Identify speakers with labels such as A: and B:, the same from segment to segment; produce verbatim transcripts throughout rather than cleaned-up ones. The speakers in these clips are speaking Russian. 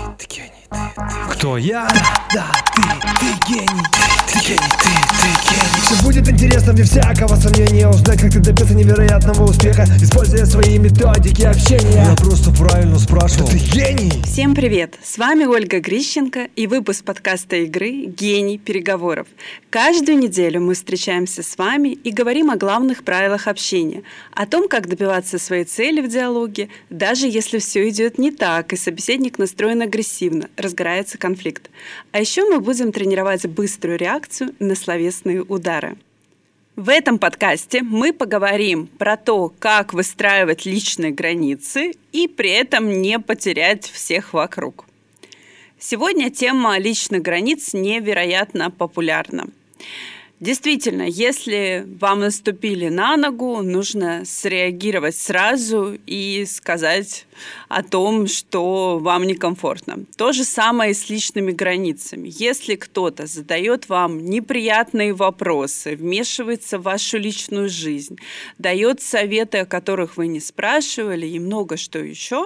A: Ты гений, ты, ты. Кто я? Да, ты, ты гений, ты, ты гений, ты, ты гений.
B: Все будет интересно, вне всякого сомнения узнать, как ты добился невероятного успеха, используя свои методики общения.
A: Я просто правильно спрашивал.
B: Да ты гений!
C: Всем привет! С вами Ольга Грищенко и выпуск подкаста игры «Гений переговоров». Каждую неделю мы встречаемся с вами и говорим о главных правилах общения, о том, как добиваться своей цели в диалоге, даже если все идет не так и собеседник настроен агрессивно, разгорается конфликт. А еще мы будем тренировать быструю реакцию на словесные удары. В этом подкасте мы поговорим про то, как выстраивать личные границы и при этом не потерять всех вокруг. Сегодня тема личных границ невероятно популярна. Действительно, если вам наступили на ногу, нужно среагировать сразу и сказать о том, что вам некомфортно. То же самое и с личными границами. Если кто-то задает вам неприятные вопросы, вмешивается в вашу личную жизнь, дает советы, о которых вы не спрашивали, и много что еще,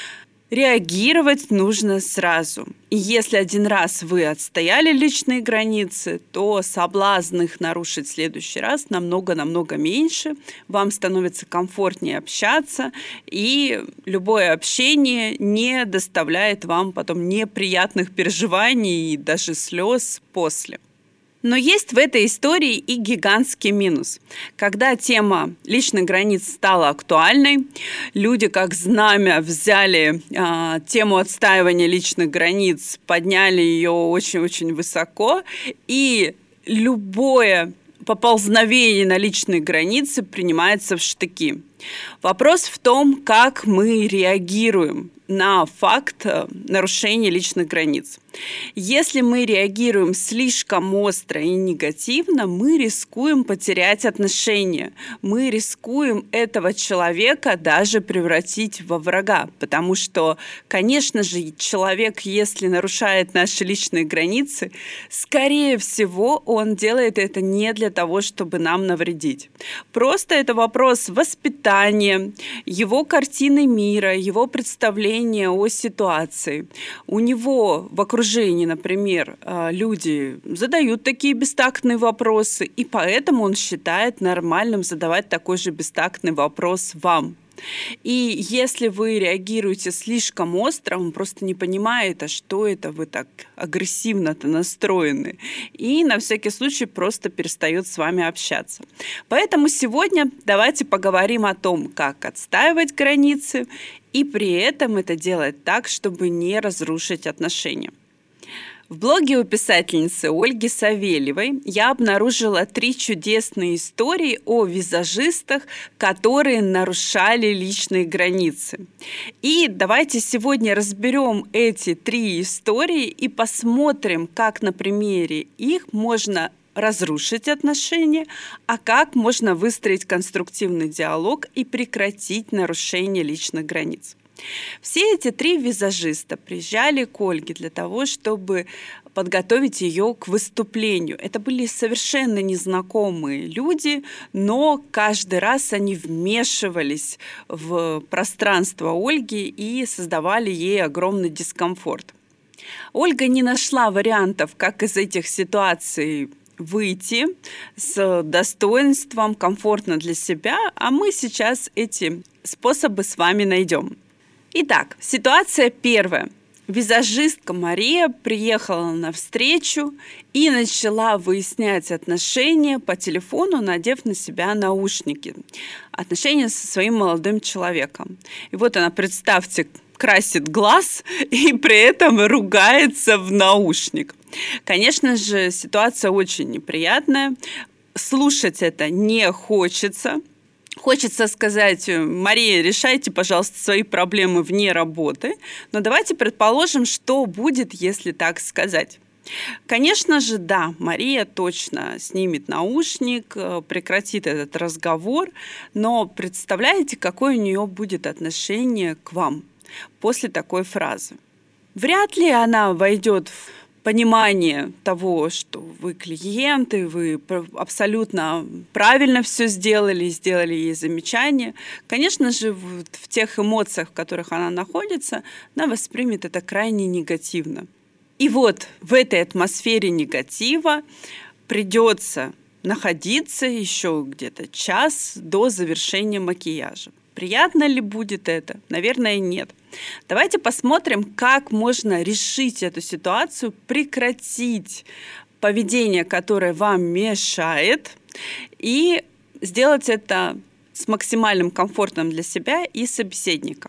C: реагировать нужно сразу. И если один раз вы отстояли личные границы, то соблазн их нарушить в следующий раз намного-намного меньше. Вам становится комфортнее общаться, и любое общение не доставляет вам потом неприятных переживаний и даже слез после. Но есть в этой истории и гигантский минус. Когда тема личных границ стала актуальной, люди как знамя взяли э, тему отстаивания личных границ, подняли ее очень-очень высоко, и любое поползновение на личные границы принимается в штыки. Вопрос в том, как мы реагируем на факт нарушения личных границ. Если мы реагируем слишком остро и негативно, мы рискуем потерять отношения. Мы рискуем этого человека даже превратить во врага. Потому что, конечно же, человек, если нарушает наши личные границы, скорее всего, он делает это не для того, чтобы нам навредить. Просто это вопрос воспитания, его картины мира, его представления о ситуации. У него в окружении, например, люди задают такие бестактные вопросы, и поэтому он считает нормальным задавать такой же бестактный вопрос вам. И если вы реагируете слишком остро, он просто не понимает, а что это вы так агрессивно-то настроены. И на всякий случай просто перестает с вами общаться. Поэтому сегодня давайте поговорим о том, как отстаивать границы и при этом это делать так, чтобы не разрушить отношения. В блоге у писательницы Ольги Савельевой я обнаружила три чудесные истории о визажистах, которые нарушали личные границы. И давайте сегодня разберем эти три истории и посмотрим, как на примере их можно разрушить отношения, а как можно выстроить конструктивный диалог и прекратить нарушение личных границ. Все эти три визажиста приезжали к Ольге для того, чтобы подготовить ее к выступлению. Это были совершенно незнакомые люди, но каждый раз они вмешивались в пространство Ольги и создавали ей огромный дискомфорт. Ольга не нашла вариантов, как из этих ситуаций выйти с достоинством, комфортно для себя, а мы сейчас эти способы с вами найдем. Итак, ситуация первая. Визажистка Мария приехала на встречу и начала выяснять отношения по телефону, надев на себя наушники. Отношения со своим молодым человеком. И вот она, представьте, красит глаз и при этом ругается в наушник. Конечно же, ситуация очень неприятная. Слушать это не хочется. Хочется сказать: Мария, решайте, пожалуйста, свои проблемы вне работы. Но давайте предположим, что будет, если так сказать. Конечно же, да, Мария точно снимет наушник, прекратит этот разговор, но представляете, какое у нее будет отношение к вам после такой фразы? Вряд ли она войдет в понимание того, что вы клиенты, вы абсолютно правильно все сделали, сделали ей замечание, конечно же, в, в тех эмоциях, в которых она находится, она воспримет это крайне негативно. И вот в этой атмосфере негатива придется находиться еще где-то час до завершения макияжа. Приятно ли будет это? Наверное, нет. Давайте посмотрим, как можно решить эту ситуацию, прекратить поведение, которое вам мешает, и сделать это с максимальным комфортом для себя и собеседника.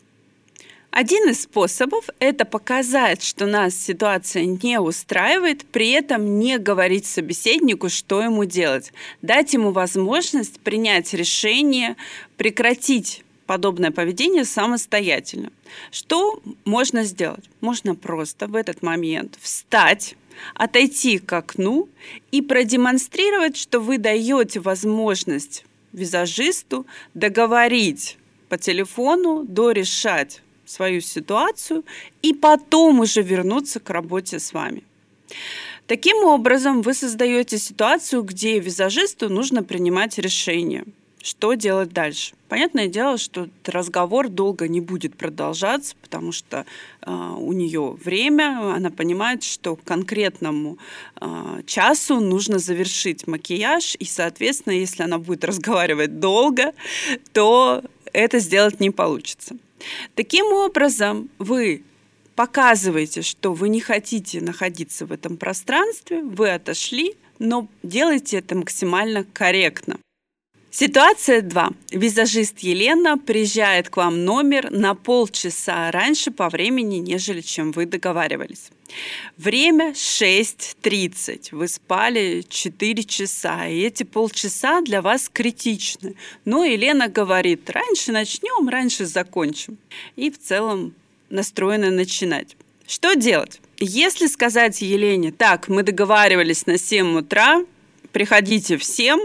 C: Один из способов – это показать, что нас ситуация не устраивает, при этом не говорить собеседнику, что ему делать. Дать ему возможность принять решение, прекратить подобное поведение самостоятельно. Что можно сделать? Можно просто в этот момент встать, отойти к окну и продемонстрировать, что вы даете возможность визажисту договорить по телефону, дорешать свою ситуацию и потом уже вернуться к работе с вами. Таким образом, вы создаете ситуацию, где визажисту нужно принимать решение, что делать дальше. Понятное дело, что этот разговор долго не будет продолжаться, потому что э, у нее время, она понимает, что к конкретному э, часу нужно завершить макияж, и, соответственно, если она будет разговаривать долго, то это сделать не получится. Таким образом, вы показываете, что вы не хотите находиться в этом пространстве, вы отошли, но делайте это максимально корректно. Ситуация два. Визажист Елена приезжает к вам в номер на полчаса раньше по времени, нежели чем вы договаривались. Время шесть тридцать. Вы спали четыре часа, и эти полчаса для вас критичны. Но Елена говорит, раньше начнем, раньше закончим. И в целом настроена начинать. Что делать? Если сказать Елене, так, мы договаривались на семь утра, приходите в семь,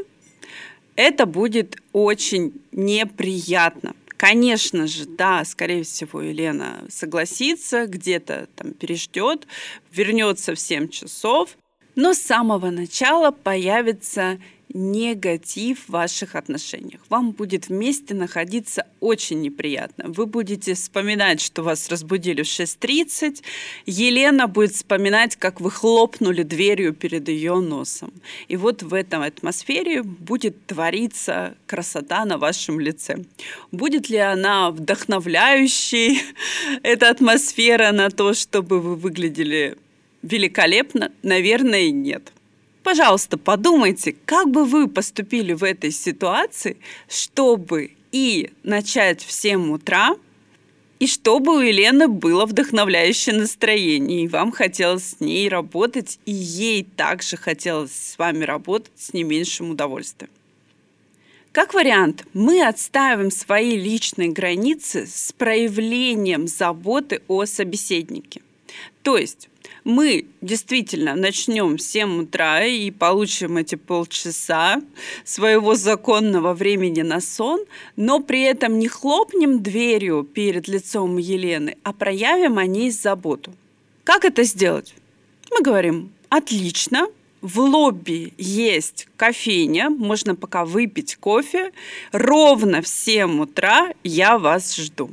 C: это будет очень неприятно. Конечно же, да, скорее всего, Елена согласится, где-то там переждет, вернется в семь часов, но с самого начала появится негатив в ваших отношениях. Вам будет вместе находиться очень неприятно. Вы будете вспоминать, что вас разбудили в шесть тридцать. Елена будет вспоминать, как вы хлопнули дверью перед ее носом. И вот в этой атмосфере будет твориться красота на вашем лице. Будет ли она вдохновляющей, эта атмосфера, на то, чтобы вы выглядели великолепно? Наверное, нет. Пожалуйста, подумайте, как бы вы поступили в этой ситуации, чтобы и начать в семь утра, и чтобы у Елены было вдохновляющее настроение, и вам хотелось с ней работать, и ей также хотелось с вами работать с не меньшим удовольствием. Как вариант, мы отстаиваем свои личные границы с проявлением заботы о собеседнике. То есть мы действительно начнем в семь утра и получим эти полчаса своего законного времени на сон, но при этом не хлопнем дверью перед лицом Елены, а проявим о ней заботу. Как это сделать? Мы говорим, отлично, в лобби есть кофейня, можно пока выпить кофе, ровно в семь утра я вас жду.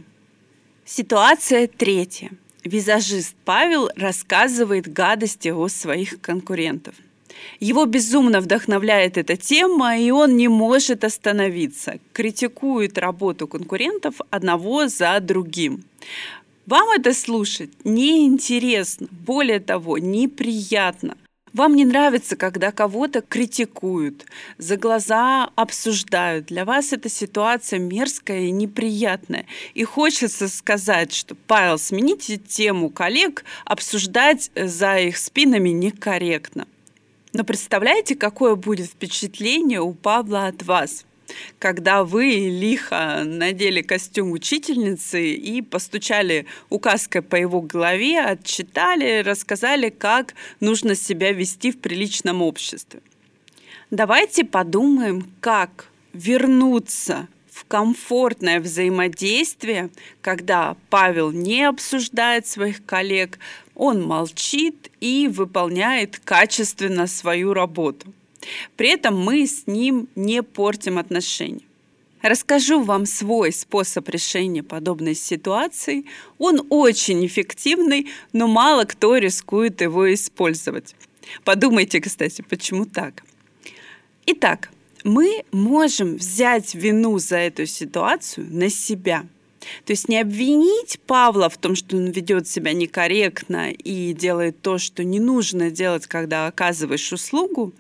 C: Ситуация третья. Визажист Павел рассказывает гадости о своих конкурентах. Его безумно вдохновляет эта тема, и он не может остановиться. Критикует работу конкурентов одного за другим. Вам это слушать неинтересно, более того, неприятно. Вам не нравится, когда кого-то критикуют, за глаза обсуждают. Для вас эта ситуация мерзкая и неприятная. И хочется сказать, что, Павел, смените тему коллег, обсуждать за их спинами некорректно. Но представляете, какое будет впечатление у Павла от вас, когда вы лихо надели костюм учительницы и постучали указкой по его голове, отчитали, рассказали, как нужно себя вести в приличном обществе. Давайте подумаем, как вернуться в комфортное взаимодействие, когда Павел не обсуждает своих коллег, он молчит и выполняет качественно свою работу. При этом мы с ним не портим отношения. Расскажу вам свой способ решения подобной ситуации. Он очень эффективный, но мало кто рискует его использовать. Подумайте, кстати, почему так. Итак, мы можем взять вину за эту ситуацию на себя. То есть не обвинить Павла в том, что он ведет себя некорректно и делает то, что не нужно делать, когда оказываешь услугу,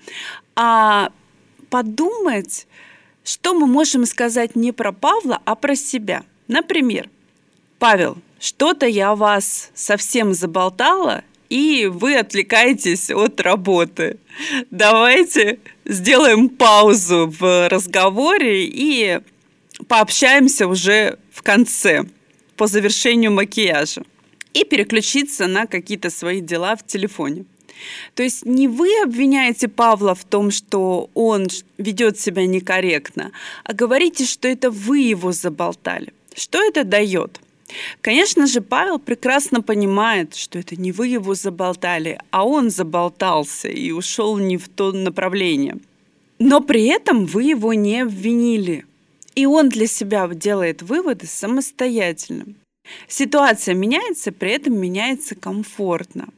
C: а подумать, что мы можем сказать не про Павла, а про себя. Например, Павел, что-то я вас совсем заболтала, и вы отвлекаетесь от работы. Давайте сделаем паузу в разговоре и пообщаемся уже в конце, по завершению макияжа, и переключиться на какие-то свои дела в телефоне. То есть не вы обвиняете Павла в том, что он ведет себя некорректно, а говорите, что это вы его заболтали. Что это дает? Конечно же, Павел прекрасно понимает, что это не вы его заболтали, а он заболтался и ушел не в то направление. Но при этом вы его не обвинили. И он для себя делает выводы самостоятельно. Ситуация меняется, при этом меняется комфортно.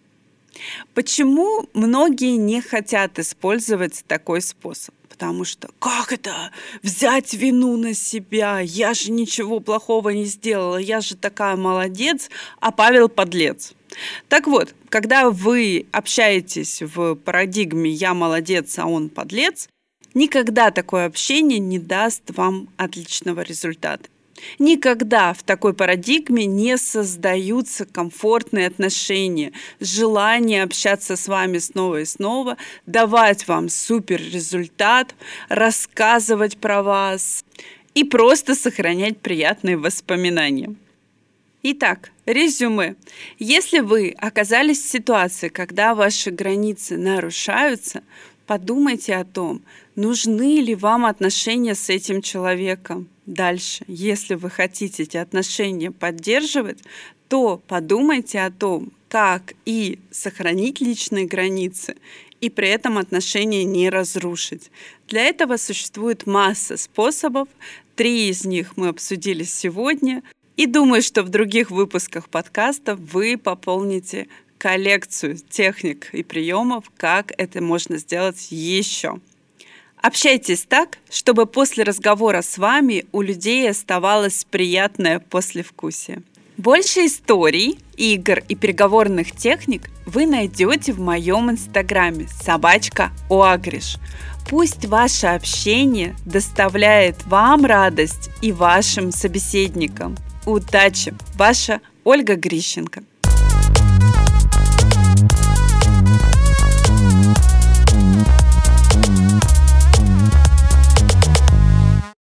C: Почему многие не хотят использовать такой способ? Потому что как это взять вину на себя? Я же ничего плохого не сделала, я же такая молодец, а Павел подлец. Так вот, когда вы общаетесь в парадигме «я молодец, а он подлец», никогда такое общение не даст вам отличного результата. Никогда в такой парадигме не создаются комфортные отношения, желание общаться с вами снова и снова, давать вам суперрезультат, рассказывать про вас и просто сохранять приятные воспоминания. Итак, резюме. Если вы оказались в ситуации, когда ваши границы нарушаются, подумайте о том, нужны ли вам отношения с этим человеком. Дальше, если вы хотите эти отношения поддерживать, то подумайте о том, как и сохранить личные границы, и при этом отношения не разрушить. Для этого существует масса способов. Три из них мы обсудили сегодня. И думаю, что в других выпусках подкаста вы пополните коллекцию техник и приемов, как это можно сделать еще. Общайтесь так, чтобы после разговора с вами у людей оставалось приятное послевкусие. Больше историй, игр и переговорных техник вы найдете в моем инстаграме собачка оагриш. Пусть ваше общение доставляет вам радость и вашим собеседникам. Удачи! Ваша Ольга Грищенко.